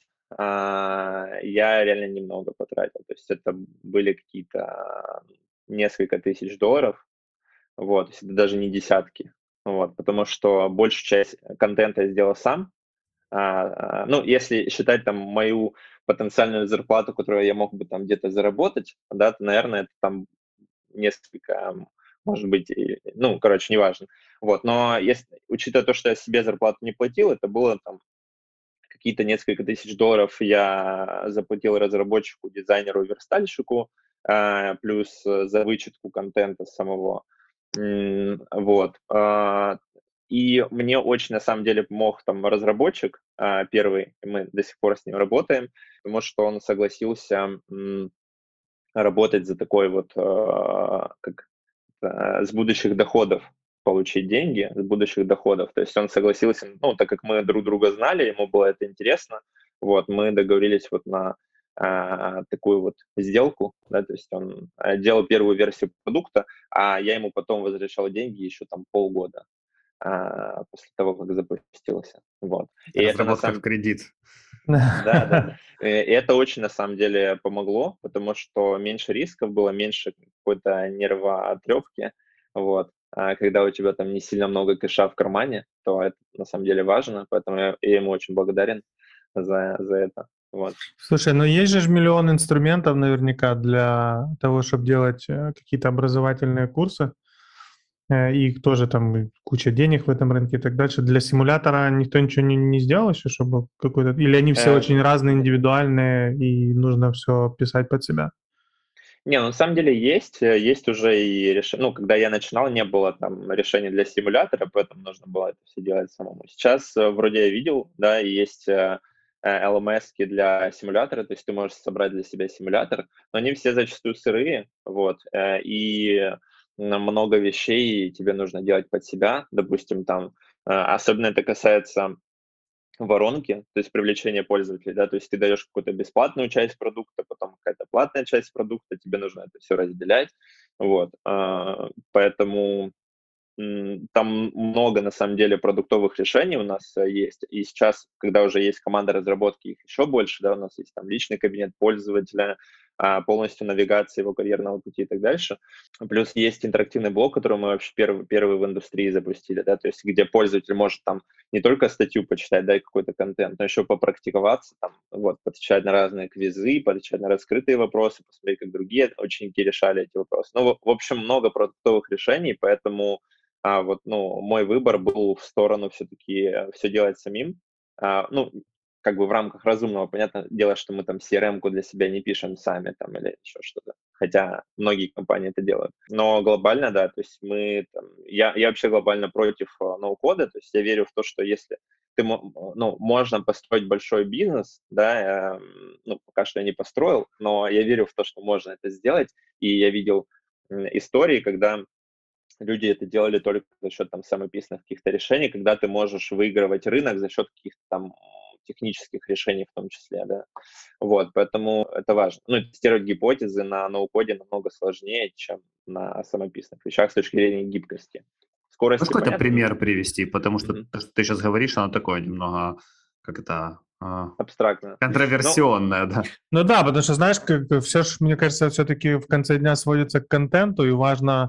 а, я реально немного потратил. То есть это были какие-то а, несколько тысяч долларов, вот, то есть это даже не десятки, вот, потому что большую часть контента я сделал сам. А, а, ну, если считать там мою потенциальную зарплату, которую я мог бы там где-то заработать, да, то, наверное, это там несколько, м, может быть, и, ну, короче, неважно. Вот, но если, учитывая то, что я себе зарплату не платил, это было там какие-то несколько тысяч долларов я заплатил разработчику, дизайнеру, верстальщику, а, плюс э, за вычетку контента самого. М, Вот. а, И мне очень, на самом деле, помог там разработчик а, первый, и мы до сих пор с ним работаем, потому что он согласился м, работать за такой вот, а, как э, с будущих доходов получить деньги, с будущих доходов. То есть он согласился, ну, так как мы друг друга знали, ему было это интересно, вот, мы договорились вот на а, такую вот сделку, да, то есть он а, делал первую версию продукта, а я ему потом возвращал деньги еще там полгода а, после того, как запустился. Вот. И это на Разработка в самом кредит. да, да, да. Э, И это очень на самом деле помогло, потому что меньше рисков было, меньше какой-то нервоотрепки. Вот. А когда у тебя там не сильно много кэша в кармане, то это на самом деле важно, поэтому я, я ему очень благодарен за, за это. Вот. Слушай, ну есть же ж миллион инструментов наверняка для того, чтобы делать э, какие-то образовательные курсы. Э, И тоже там и куча денег в этом рынке и так дальше. Для симулятора никто ничего не, не сделал еще, чтобы какой-то... Или они все Э, очень разные, индивидуальные, и нужно все писать под себя? Не, ну, на самом деле есть, э, есть уже и решение. Ну, когда я начинал, не было там решения для симулятора, поэтому нужно было это все делать самому. Сейчас э, вроде я видел, да, и есть э, э, эл эм эс-ки для симулятора, то есть ты можешь собрать для себя симулятор, но они все зачастую сырые, вот, э, и м, много вещей тебе нужно делать под себя, допустим, там, э, особенно это касается воронки, то есть привлечение пользователей, да, то есть ты даешь какую-то бесплатную часть продукта, потом какая-то платная часть продукта, тебе нужно это все разделять, вот, а, поэтому м, там много, на самом деле, продуктовых решений у нас э, есть, и сейчас, когда уже есть команда разработки, их еще больше, да, у нас есть там личный кабинет пользователя, а, полностью навигации его карьерного пути и так дальше. Плюс есть интерактивный блог, который мы вообще первый, первый в индустрии запустили, да, то есть где пользователь может там не только статью почитать, да, и какой-то контент, но еще попрактиковаться, там, вот, отвечать на разные квизы, отвечать на раскрытые вопросы, посмотреть, как другие ученики решали эти вопросы. Ну, в общем, много продуктовых решений, поэтому а, вот, ну, мой выбор был в сторону все-таки все делать самим. А, ну, как бы в рамках разумного, понятное дело, что мы там си эр эм-ку для себя не пишем сами там или еще что-то, хотя многие компании это делают. Но глобально, да, то есть мы, там, я, я вообще глобально против uh, ноу-кода, то есть я верю в то, что если ты, ну, можно построить большой бизнес, да, э, ну, пока что я не построил, но я верю в то, что можно это сделать, и я видел э, истории, когда люди это делали только за счет там самописных каких-то решений, когда ты можешь выигрывать рынок за счет каких-то там технических решений в том числе, да. Вот, поэтому это важно. Ну, тестировать гипотезы на ноу-коде намного сложнее, чем на самописных вещах с точки зрения гибкости. Скорости, Можешь какой-то понятно? пример привести? Потому что Мгм. то, что ты сейчас говоришь, оно такое немного, как это, а, Абстрактно. Ну, контроверсионное, да. Ну да, потому что, знаешь, как все же, мне кажется, все-таки в конце дня сводится к контенту, и важно,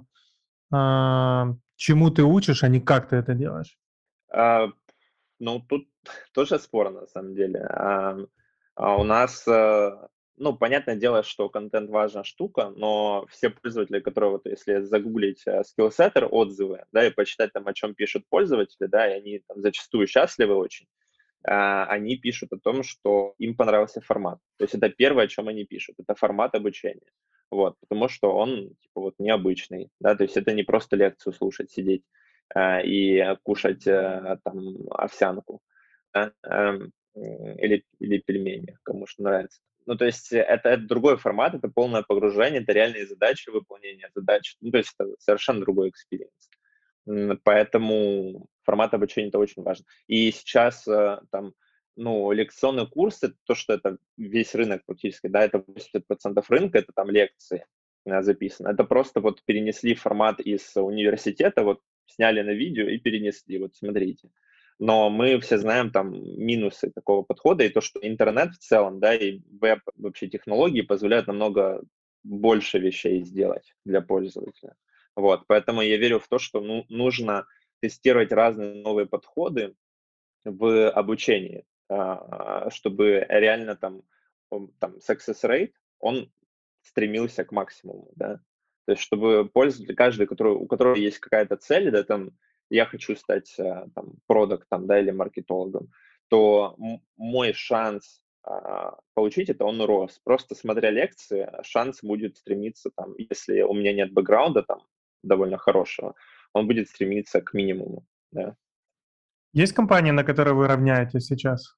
а, чему ты учишь, а не как ты это делаешь. а, ну, тут тоже спорно, на самом деле. А, а у нас, э, ну, понятное дело, что контент важная штука, но все пользователи, которые, вот, если загуглить э, Skillsetter отзывы, да, и почитать там, о чем пишут пользователи, да, и они там зачастую счастливы очень, а, они пишут о том, что им понравился формат. То есть это первое, о чем они пишут, это формат обучения. Вот, потому что он типа, вот, необычный, да, то есть это не просто лекцию слушать, сидеть а, и кушать а, там овсянку, да, эм, или, или пельмени, кому что нравится. Ну, то есть это, это другой формат, это полное погружение, это реальные задачи, выполнение задач. Ну, то есть это совершенно другой экспириенс. М, Поэтому формат обучения это очень важно. И сейчас э, там, ну, лекционный курс, это то, что это весь рынок практически, да, это восемьдесят процентов рынка, это там лекции э, записано. Это просто вот перенесли формат из университета, вот сняли на видео и перенесли, вот смотрите. Но мы все знаем там минусы такого подхода и то, что интернет в целом, да, и веб, вообще технологии позволяют намного больше вещей сделать для пользователя. Вот, поэтому я верю в то, что ну, нужно тестировать разные новые подходы в обучении, а, чтобы реально там, ом, там success rate, он стремился к максимуму, да. То есть чтобы пользователь, каждый, который, у которого есть какая-то цель, да, там, я хочу стать а, там продуктом, да, или маркетологом, то м- мой шанс а, получить это, он рос. Просто смотря лекции, шанс будет стремиться там, если у меня нет бэкграунда там довольно хорошего, он будет стремиться к минимуму, да. Есть компании, на которые вы равняетесь сейчас?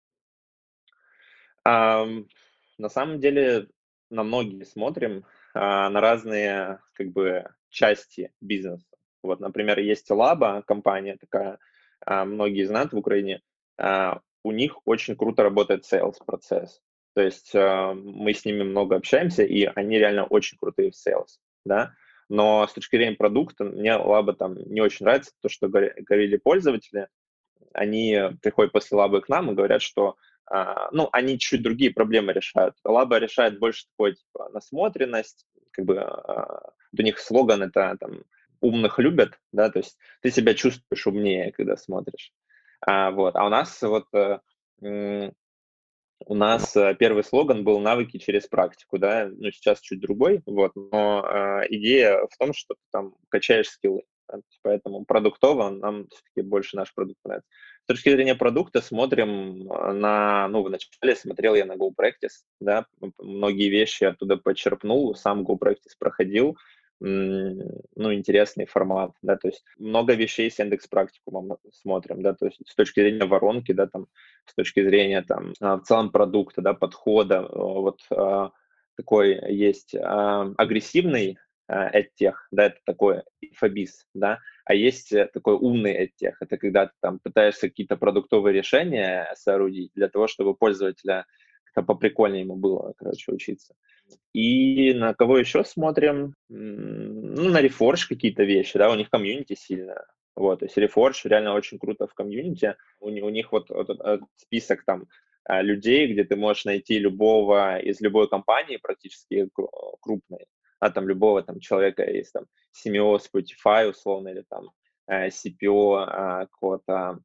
Ам, на самом деле на многие смотрим, а, на разные как бы части бизнеса. Вот, например, есть Лаба, компания такая, а, многие знают в Украине. А, у них очень круто работает sales процесс. То есть а, мы с ними много общаемся, и они реально очень крутые в sales, да. Но с точки зрения продукта мне Лаба там не очень нравится, то, что говори- говорили пользователи. Они приходят после лабы к нам и говорят, что а, ну, они чуть другие проблемы решают. Лаба решает больше такой, типа, насмотренность, как бы а, у них слоган это там умных любят, да, то есть ты себя чувствуешь умнее, когда смотришь. А, вот. А у нас вот э, м, у нас э, первый слоган был «навыки через практику», да, ну, сейчас чуть другой, вот, но э, идея в том, что ты там качаешь скиллы, да, то есть поэтому продуктово нам все-таки больше наш продукт нравится. С точки зрения продукта смотрим э, на, ну, вначале смотрел я на GoPractice, да, м- многие вещи оттуда почерпнул, сам GoPractice проходил, м, ну, интересный формат, да, то есть много вещей с Яндекс Практикумом смотрим, да, то есть с точки зрения воронки, да, там, с точки зрения там а, в целом продукта, да, подхода, э, вот а, такой есть а, агрессивный а, EdTech, да, это такой инфобиз, да, а есть э, такой умный EdTech, это когда ты там пытаешься какие-то продуктовые решения соорудить для того, чтобы пользователя как-то поприкольнее ему было, короче, учиться. И на кого еще смотрим? М, Ну, на Reforge какие-то вещи, да, у них комьюнити сильное. Вот, то есть Reforge реально очень круто в комьюнити. У, ни- у них вот, вот этот список там а, людей, где ты можешь найти любого из любой компании, практически кру- крупной, а там любого там человека из там си эм о Spotify условно или там э, си пи о а, какого-то,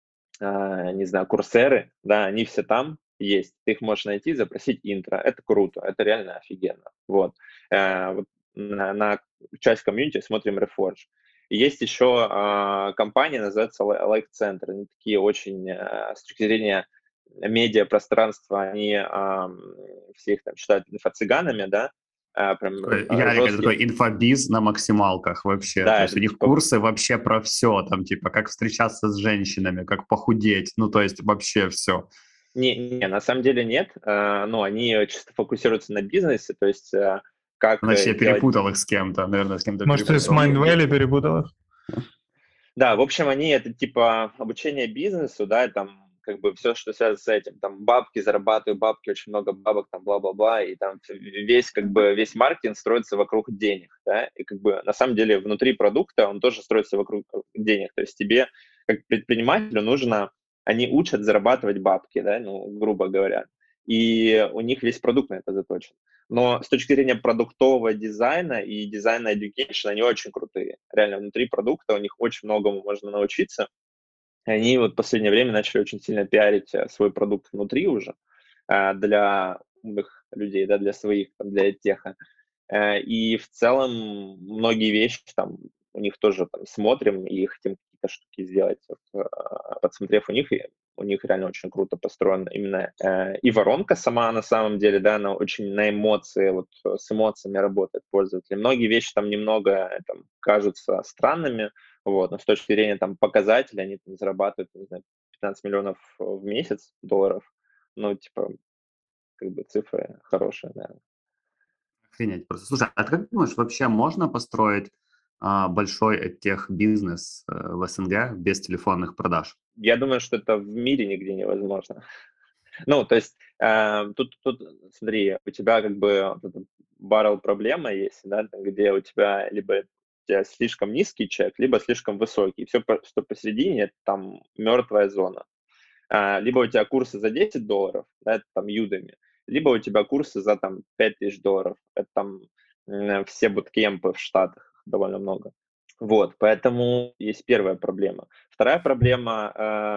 а, не знаю, курсеры, да, они все там есть. Ты их можешь найти, запросить интро. Это круто, это реально офигенно. Вот. Э, вот на, на часть комьюнити смотрим Reforge. И есть еще а, компания, называется Li- Like Center. Они такие очень, а, с точки зрения медиапространства, они а, всех там считают инфо-цыганами, да, а, прям Такой а, Ярик, это жесткие. такой инфобиз на максималках вообще. То Да, есть у это них типа курсы вообще про все, там типа как встречаться с женщинами, как похудеть, ну то есть вообще все. Не, не, на самом деле нет. Э, Ну, они чисто фокусируются на бизнесе, то есть э, как Значит, э, я делать... перепутал их с кем-то, наверное, с кем-то Может, ты с перепутал. Не, не- Mindvalley перепутал их? Да, в общем, они это типа обучение бизнесу, да, и там как бы все, что связано с этим, там бабки зарабатываю, бабки, очень много бабок, там бла-бла-бла, и там весь как бы весь маркетинг строится вокруг денег, да, и как бы на самом деле внутри продукта он тоже строится вокруг денег, то есть тебе как предпринимателю нужно, они учат зарабатывать бабки, да, ну, грубо говоря, и у них весь продукт на это заточен. Но с точки зрения продуктового дизайна и дизайна education они очень крутые. Реально, внутри продукта у них очень многому можно научиться. И они вот в последнее время начали очень сильно пиарить э, свой продукт внутри уже э, для умных людей, да, для своих, там, для теха. Э, И в целом многие вещи там у них тоже там смотрим и хотим какие-то штуки сделать. Вот, э, подсмотрев у них, и у них реально очень круто построена именно э, и воронка сама на самом деле, да, она очень на эмоции, вот э, с эмоциями работает пользователь. Многие вещи там немного э, там, кажутся странными, вот, но с точки зрения там показателей они там зарабатывают, не знаю, пятнадцать миллионов в месяц долларов, ну, типа, как бы цифры хорошие, да. Охренеть просто. Слушай, а ты как думаешь, вообще можно построить а, большой тех-бизнес э, в СНГ без телефонных продаж? Я думаю, что это в мире нигде невозможно. Ну, то есть э, тут, тут, смотри, у тебя как бы баррел проблема есть, да, там, где у тебя либо у тебя слишком низкий чек, либо слишком высокий. Все, что посередине, это там мертвая зона. А, либо у тебя курсы за десять долларов, да, это там Udemy, либо у тебя курсы за там пять тысяч долларов, это там м, все буткемпы в Штатах, довольно много. Вот, поэтому есть первая проблема. Вторая проблема, э,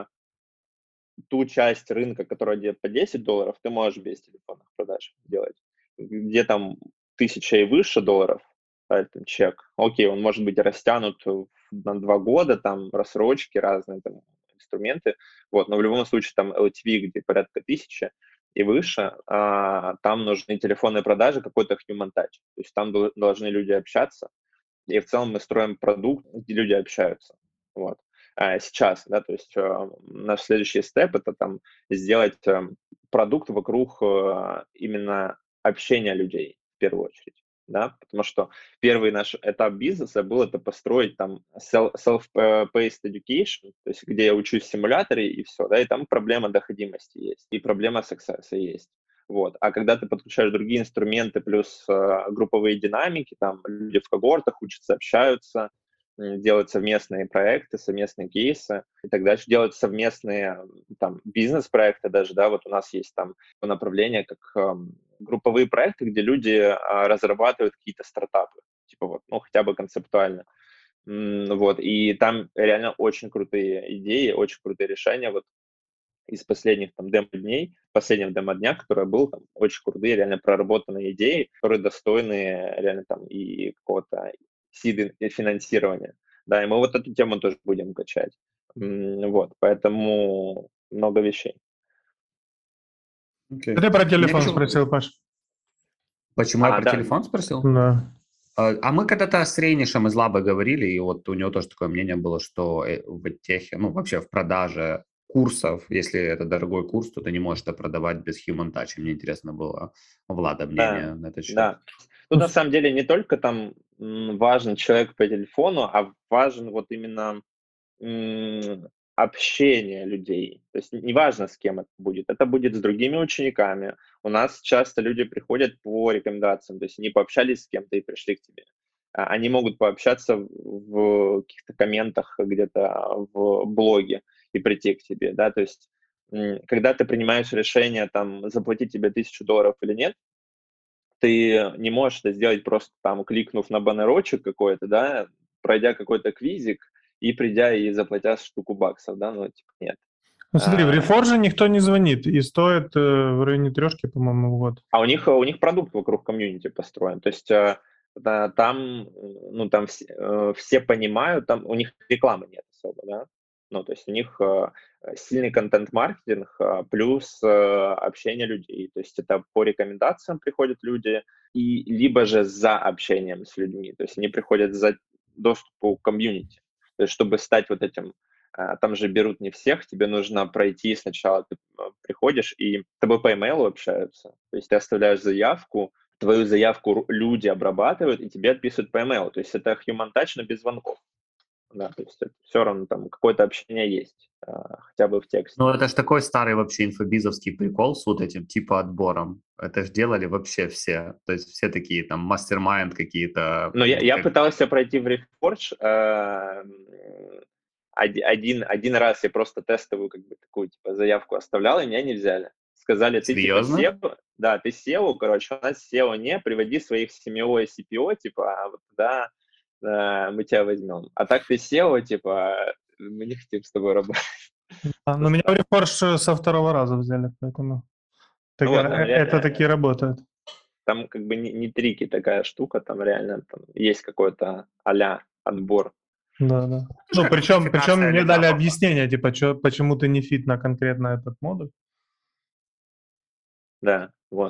ту часть рынка, которая идет по десять долларов, ты можешь без телефонных продаж делать. Где там тысяча и выше долларов, да, там чек, окей, он может быть растянут в- на два года, там рассрочки разные, там, инструменты, вот, но в любом случае там эл ти ви, где порядка тысячи и выше, а, там нужны телефонные продажи, какой-то human touch, то есть там дол- должны люди общаться, и в целом мы строим продукт, где люди общаются. Вот. А сейчас, да, то есть э, наш следующий степ — это там сделать э, продукт вокруг э, именно общения людей в первую очередь, да, потому что первый наш этап бизнеса был это построить там self- self-paced education, то есть где я учусь в симуляторе и все, да, и там проблема доходимости есть, и проблема success есть. Вот. А когда ты подключаешь другие инструменты, плюс э, групповые динамики, там люди в когортах учатся, общаются, м, делают совместные проекты, совместные кейсы и так дальше, делают совместные м, там бизнес-проекты даже, да, вот у нас есть там направление, как эм, групповые проекты, где люди а, разрабатывают какие-то стартапы, типа вот, ну, хотя бы концептуально. М, Вот, и там реально очень крутые идеи, очень крутые решения. Вот из последних там демо-дней, последнего демо-дня, который был, там очень крутые, реально проработанные идеи, которые достойны реально там и какого-то сиды финансирования. Да, и мы вот эту тему тоже будем качать. М, Вот, поэтому много вещей. Окей. Ты про У меня телефон еще вопрос. спросил, Паш. Почему я А, про да, телефон спросил? Да. А а мы когда-то с Рейнишем из Лабы говорили, и вот у него тоже такое мнение было, что э, в техе, ну вообще в продаже курсов, если это дорогой курс, то ты не можешь это продавать без human touch. И мне интересно было у Влада да, мнение на этот счет. да. Тут на самом деле не только там м, важен человек по телефону, а важен вот именно м, общение людей. То есть неважно, с кем это будет. Это будет с другими учениками. У нас часто люди приходят по рекомендациям, то есть они пообщались с кем-то и пришли к тебе. А, Они могут пообщаться в в каких-то комментах где-то в блоге и прийти к тебе, да, то есть м, когда ты принимаешь решение, там, заплатить тебе тысячу долларов или нет, ты не можешь это сделать просто там, кликнув на баннерочек какой-то, да, пройдя какой-то квизик и придя и заплатя штуку баксов, да, ну, типа, нет. Ну, смотри, в А, Reforge никто не звонит, и стоит э, в районе трешки, по-моему, в год. а у них, у них продукт вокруг комьюнити построен. То есть э, да, там, э, ну, там все, э, все понимают, там у них рекламы нет особо, да. Ну, то есть у них э, сильный контент-маркетинг э, плюс э, общение людей. То есть это по рекомендациям приходят люди, и либо же за общением с людьми. То есть они приходят за доступу к комьюнити. То есть чтобы стать вот этим, а, там же берут не всех, тебе нужно пройти сначала, ты а, приходишь, и с тобой по имейлу общаются. То есть ты оставляешь заявку, твою заявку ру- люди обрабатывают, и тебе отписывают по имейлу. То есть это human touch, но без звонков. Да, то есть все равно там какое-то общение есть, а, хотя бы в тексте. Ну, это ж такой старый вообще инфобизовский прикол с вот этим типа отбором. Это ж делали вообще все. То есть все такие там мастер-майнд какие-то. Но я, я как- пытался пройти в Reforge. э, м, оди- один, один раз я просто тестовую как бы такую типа заявку оставлял, и меня не взяли. Сказали, ты типа Серьезно? сео, да, ты сео, короче, у нас сео не, приводи своих симео и си пи о, типа, а вот тогда э, мы тебя возьмем. А так ты сео, типа, мы не хотим с тобой работать. А, но меня в Reforge со второго раза взяли, поэтому Ну так, вот, э, ну, это ре- таки работает. там как бы не, не трики такая штука, там реально там есть какой-то а-ля отбор. Да, да. Слушай, Ну, как причем, причем сертификация мне дали лидапа. объяснение, типа, чё, почему ты не фит на конкретно этот модуль. Да, вот.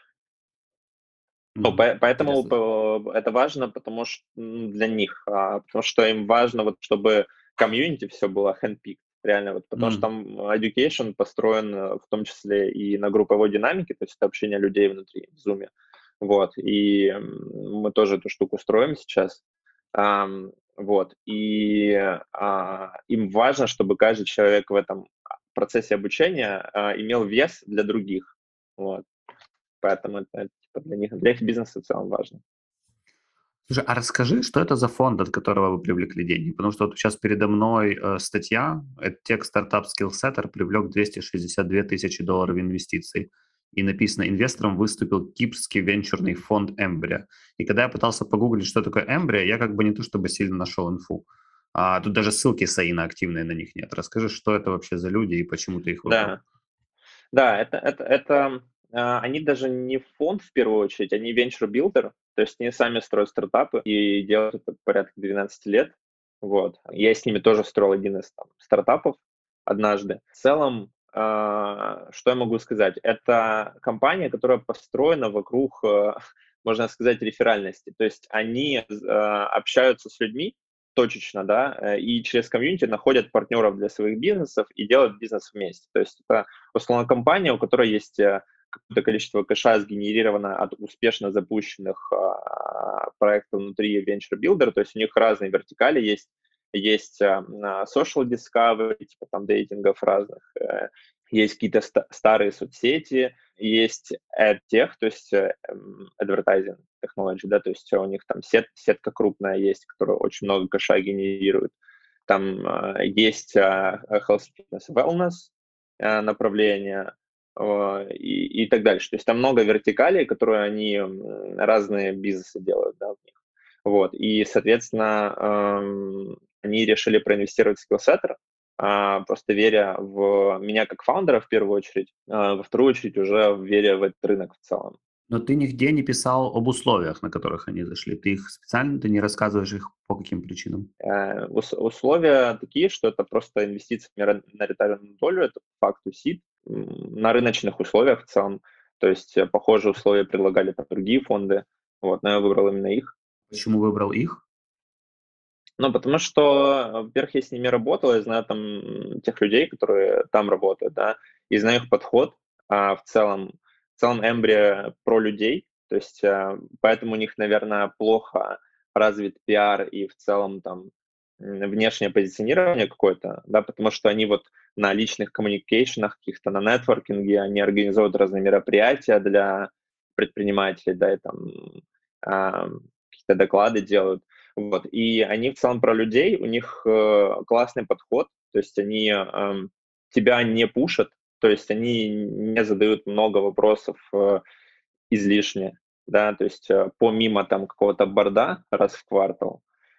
Ну, М, по- поэтому Интересно. по- это важно, потому что м, для них, а, потому что им важно, вот, чтобы комьюнити все было handpicked, реально, вот, потому что М. там education построен э, в том числе и на групповой динамике, то есть это общение людей внутри в Zoom. Вот, и м, мы тоже эту штуку строим сейчас. Ам, вот, и а, им важно, чтобы каждый человек в этом процессе обучения а, имел вес для других. Вот. Поэтому это, это, типа, для них, для их бизнеса в целом важно. Слушай, а расскажи, что это за фонд, от которого вы привлекли деньги? Потому что вот сейчас передо мной э, статья, это текст стартап Skillsetter привлек двести шестьдесят две тысячи долларов инвестиций. И написано, инвестором выступил кипрский венчурный фонд Embryo. И когда я пытался погуглить, что такое Embryo, я как бы не то чтобы сильно нашел инфу. А тут даже ссылки Саина активные на них нет. Расскажи, что это вообще за люди и почему ты их выбрал? Да, да, это, это, это а, они даже не фонд в первую очередь, они venture builder, то есть они сами строят стартапы и делают это порядка двенадцать лет. Вот. Я с ними тоже строил один из там, стартапов однажды. В целом, а, что я могу сказать? Это компания, которая построена вокруг, э, можно сказать, реферальности. То есть они э, общаются с людьми точечно, да, э, и через комьюнити находят партнеров для своих бизнесов и делают бизнес вместе. То есть это условно компания, у которой есть э, какое-то количество кэша сгенерировано от успешно запущенных а, проектов внутри Venture Builder, то есть у них разные вертикали есть. Есть а, social discovery, типа там дейтингов разных, э, есть какие-то ста- старые соцсети, есть AdTech, то есть э, эм, advertising technology, да, то есть у них там сет, сетка крупная есть, которая очень много кэша генерирует. Там э, есть э, health, fitness, wellness э, направление, э, и, и так дальше. То есть там много вертикалей, которые они м, разные бизнесы делают, да, в них. Вот. И, соответственно, эм, они решили проинвестировать в Skillsetter, а, просто веря в меня как фаундера в первую очередь, а во вторую очередь уже веря в этот рынок в целом. Но ты нигде не писал об условиях, на которых они зашли. Ты их специально, ты не рассказываешь их по каким причинам? Э, ус- Условия такие, что это просто инвестиции в миноритарную долю, это по факту сид, м, на рыночных условиях в целом. То есть э, похожие условия предлагали там другие фонды, вот, но я выбрал именно их. Почему выбрал их? Ну, потому что, во-первых, я с ними работал, я знаю там м, тех людей, которые там работают, да, и знаю их подход. А в целом, в целом Эмбри про людей, то есть а, поэтому у них, наверное, плохо развит пиар и в целом там м, внешнее позиционирование какое-то, да, потому что они вот на личных коммуникейшенах, каких-то на нетворкинге, они организуют разные мероприятия для предпринимателей, да, и там а, какие-то доклады делают. Вот. И они в целом про людей, у них э, классный подход, то есть они эм, тебя не пушат, то есть они не задают много вопросов э, излишне, да, то есть э, помимо там какого-то борда раз в квартал,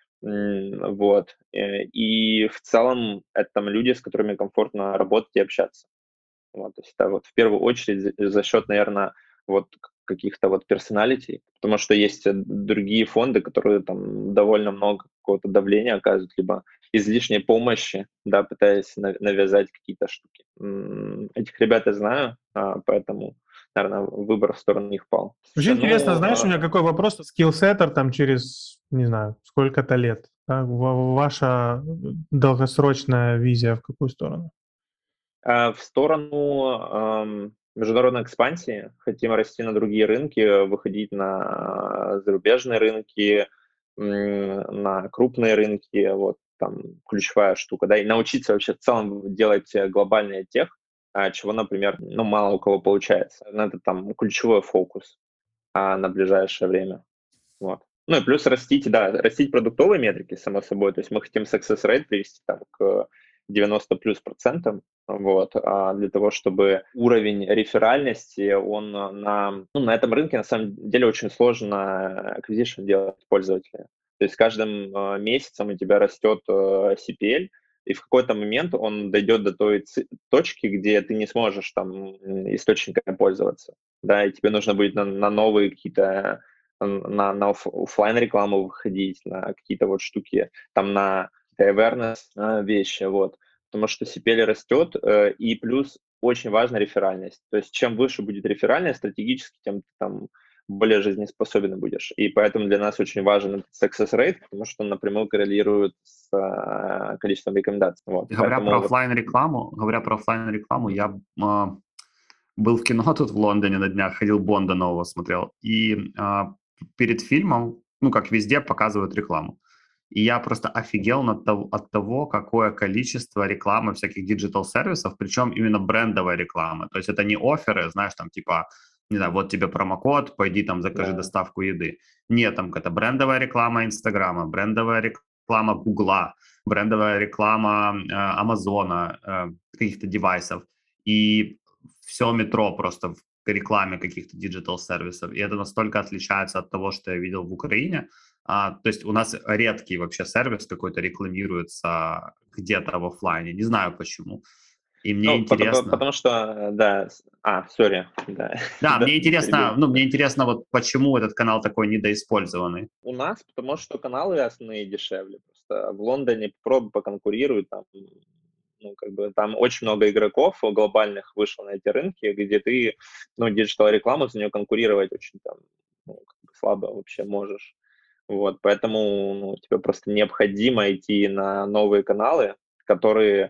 м, вот, э, и в целом это там люди, с которыми комфортно работать и общаться. Вот, то есть это вот в первую очередь за, за счет, наверное, вот к- каких-то вот персоналитей, потому что есть э, другие фонды, которые там довольно много какого-то давления оказывают, либо излишней помощи, да, пытаясь на- навязать какие-то штуки. М, Этих ребят я знаю, а, поэтому, наверное, выбор в сторону них пал. Очень Слушай, интересно, ну, знаешь, у а, меня какой вопрос. Скиллсеттер там через, не знаю, сколько-то лет. Да? Ва- Ваша долгосрочная визия в какую сторону? а, в сторону ам, международной экспансии, хотим расти на другие рынки, выходить на зарубежные рынки, м, на крупные рынки, вот там ключевая штука, да, и научиться вообще в целом делать э, глобальный тех, а, чего, например, ну, мало у кого получается. Ну, это там ключевой фокус а, на ближайшее время. Вот. Ну и плюс растить, да, растить продуктовые метрики, само собой. То есть мы хотим success rate привести там к девяносто плюс процентам, вот, а для того, чтобы уровень реферальности, он на, ну, на этом рынке на самом деле очень сложно acquisition делать пользователя. То есть с каждым э, месяцем у тебя растет э, си пи эл, и в какой-то момент он дойдет до той ци- точки, где ты не сможешь там м, источниками пользоваться, да, и тебе нужно будет на, на новые какие-то на, на офлайн рекламу выходить, на какие-то вот штуки, там на awareness э, вещи, вот. Потому что си пи эл растет, э, и плюс очень важна реферальность. То есть чем выше будет реферальность стратегически, тем ты там более жизнеспособен будешь. И поэтому для нас очень важен этот success rate, потому что он напрямую коррелирует с э, количеством рекомендаций. Вот. Говоря Поэтому про вот, оффлайн рекламу, говоря про оффлайн рекламу, я а, был в кино тут в Лондоне на днях, ходил Бонда нового смотрел, и а, перед фильмом, ну как везде, показывают рекламу. И я просто офигел над того- от того, какое количество рекламы всяких диджитал-сервисов, причем именно брендовой рекламы. То есть это не офферы, знаешь, там типа, не знаю, вот тебе промокод, пойди там закажи да. доставку еды. Нет, там какая-то брендовая реклама Инстаграма, брендовая реклама Гугла, брендовая реклама э, Амазона, э, каких-то девайсов. И все метро просто в рекламе каких-то диджитал-сервисов. И это настолько отличается от того, что я видел в Украине. А, то есть у нас редкий вообще сервис какой-то рекламируется где-то в оффлайне. Не знаю почему. И мне Ну, потому, интересно. потому что, э, да, с- а, сори, да, Да, да, мне интересно, перебил ну, тебя. мне интересно, вот почему этот канал такой недоиспользованный. У нас, потому что каналы основные дешевле. Просто в Лондоне попробуй поконкурируй, там, ну, как бы там очень много игроков глобальных вышло на эти рынки, где ты, ну, диджитал-рекламу за нее конкурировать очень там, ну, как бы слабо вообще можешь. Вот, поэтому, ну, тебе просто необходимо идти на новые каналы, которые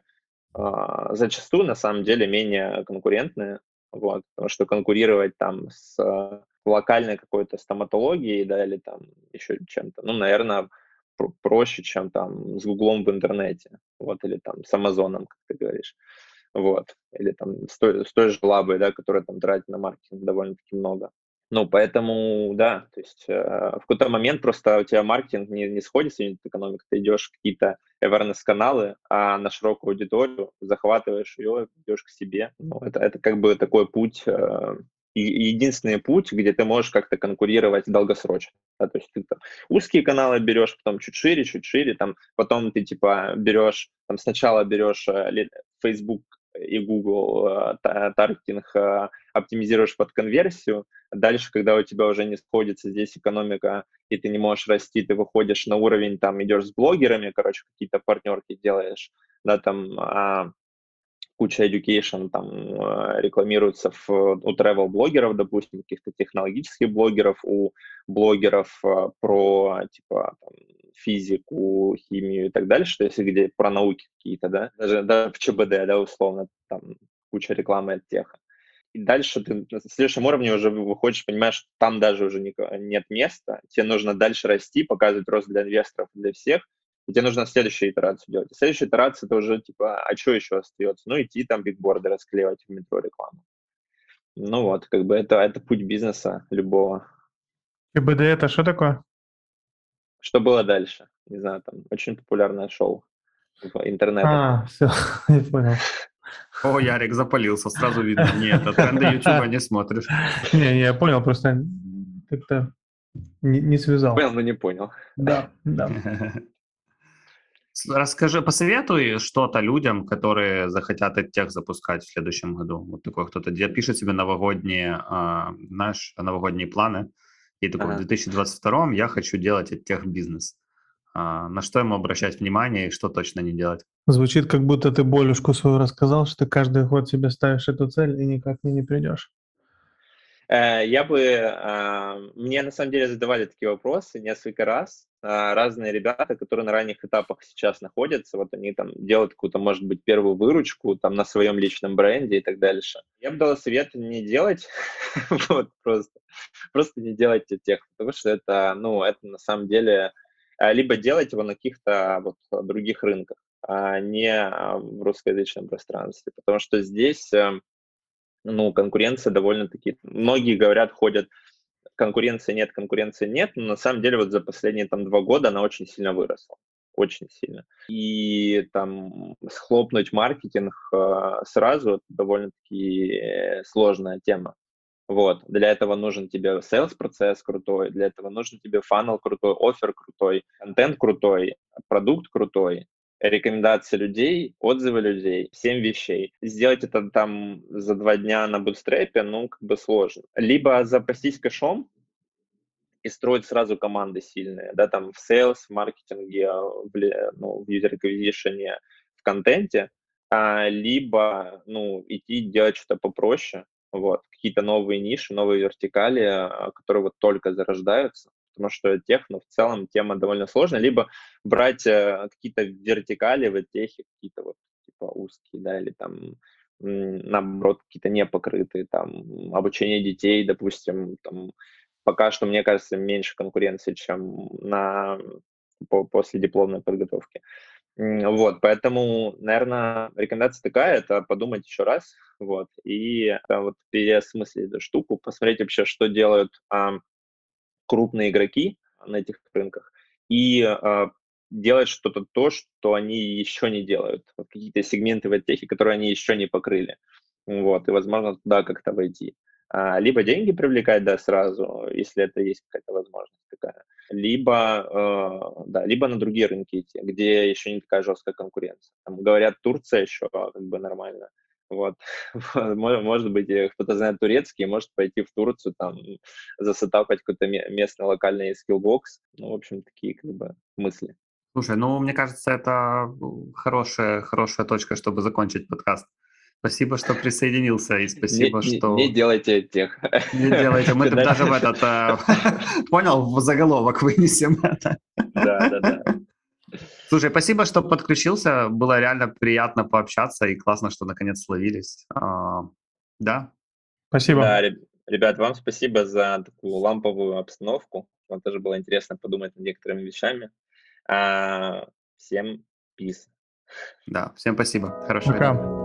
а, зачастую на самом деле менее конкурентные, вот, потому что конкурировать там с а, локальной какой-то стоматологией, да, или там еще чем-то, ну, наверное, проще, чем там с Гуглом в интернете, вот, или там с Амазоном, как ты говоришь, вот, или там с той, с той же Лабой, да, которая там тратит на маркетинг довольно-таки много. Ну, поэтому, да, то есть э, в какой-то момент просто у тебя маркетинг не, не сходится, юнит экономика, ты идешь в какие-то awareness-каналы, а на широкую аудиторию захватываешь ее, идешь к себе. Ну, это, это как бы такой путь, э, и, и единственный путь, где ты можешь как-то конкурировать долгосрочно. Да, то есть ты там узкие каналы берешь, потом чуть шире, чуть шире, там, потом ты типа берешь, там сначала берешь э, Facebook и Google э, та- таргетинг, э, оптимизируешь под конверсию. Дальше, когда у тебя уже не сходится здесь экономика, и ты не можешь расти, ты выходишь на уровень, там, идешь с блогерами, короче, какие-то партнерки делаешь, да, там, а, куча education там э, рекламируется в, у travel-блогеров, допустим, каких-то технологических блогеров, у блогеров э, про, типа, там, физику, химию и так дальше, то есть где про науки какие-то, да, даже, даже в ЧБД, да, условно, там куча рекламы от тех. И дальше ты на следующем уровне уже выходишь, понимаешь, что там даже уже нико- нет места, тебе нужно дальше расти, показывать рост для инвесторов, для всех, и тебе нужно следующую итерацию делать. И следующая итерация — это уже типа, а что еще остается? Ну, идти там бигборды расклеивать в метро рекламу. Ну вот, как бы это, это путь бизнеса любого. КБД это что такое? Что было дальше? Не знаю, там очень популярное шоу в интернетах. А, все, я понял. О, Ярик запалился, сразу видно. Нет, от тренда Ютуба не смотришь. Не, не, я понял, просто как-то не, не связал. Понял, но не понял. Да, да. Расскажи, посоветуй что-то людям, которые захотят EdTech запускать в следующем году. Вот такой кто-то пишет себе новогодние, а, знаешь, новогодние планы. И такой, Ага. в две тысячи двадцать втором я хочу делать EdTech бизнес. А, на что ему обращать внимание и что точно не делать? Звучит, как будто ты болюшку свою рассказал, что ты каждый год себе ставишь эту цель и никак к ней не придешь. Э, Я бы... а, Мне на самом деле задавали такие вопросы несколько раз. А, Разные ребята, которые на ранних этапах сейчас находятся, вот они там делают какую-то, может быть, первую выручку там на своем личном бренде и так дальше. Я бы дал совет не делать, вот просто, просто не делайте тех, потому что это, ну, это на самом деле а, либо делать его на каких-то вот других рынках, а не а, в русскоязычном пространстве, потому что здесь э, ну, конкуренция довольно-таки... Многие говорят, ходят, конкуренции нет, конкуренции нет, но на самом деле вот за последние там два года она очень сильно выросла. Очень сильно. И там схлопнуть маркетинг э, сразу это довольно-таки э, сложная тема. Вот. Для этого нужен тебе sales-процесс крутой, для этого нужен тебе фаннел крутой, оффер крутой, контент крутой, продукт крутой, рекомендации людей, отзывы людей, семь вещей. Сделать это там за два дня на бутстрепе, ну, как бы сложно. Либо запастись кэшом и строить сразу команды сильные, да, там в sales, в маркетинге, в, ли- ну, в user acquisition, в контенте, а, либо, ну, идти делать что-то попроще, вот, какие-то новые ниши, новые вертикали, а, которые вот только зарождаются, потому что тех, ну, в целом тема довольно сложная, либо брать э, какие-то вертикали в техе, какие-то вот, типа, узкие, да, или там, м, наоборот, какие-то непокрытые, там, обучение детей, допустим, там, пока что, мне кажется, меньше конкуренции, чем на по после дипломной подготовки. М, вот, поэтому, наверное, рекомендация такая — это подумать еще раз, вот, и, э, вот переосмыслить эту штуку, посмотреть вообще, что делают, ам, крупные игроки на этих рынках, и, а, делать что-то то, что они еще не делают. Вот какие-то сегменты в техе, которые они еще не покрыли. Вот, и, возможно, туда как-то войти. А, либо деньги привлекать, да, сразу, если это есть какая-то возможность такая, либо, э, да, либо на другие рынки идти, где еще не такая жесткая конкуренция. Там, говорят, Турция еще как бы нормально. Вот. Мо- Может быть, э, кто-то знает турецкий, может пойти в Турцию, там, засетапать какой-то ме- местный локальный скиллбокс. Ну, в общем, такие как бы мысли. Слушай, ну, мне кажется, это ну, хорошая, хорошая точка, чтобы закончить подкаст. Спасибо, что присоединился, и Не, спасибо, не, не что делайте тех. не делаете. Мы Финальный- даже в этот, э, понял, в заголовок вынесем это. Да, да, да. Слушай, спасибо, что подключился. Было реально приятно пообщаться, и классно, что наконец словились. А, Да, Спасибо. Да, реб- ребят, вам спасибо за такую ламповую обстановку. Вам тоже было интересно подумать над некоторыми вещами. А, Всем peace. да. Всем спасибо. Хорошего дня. Пока.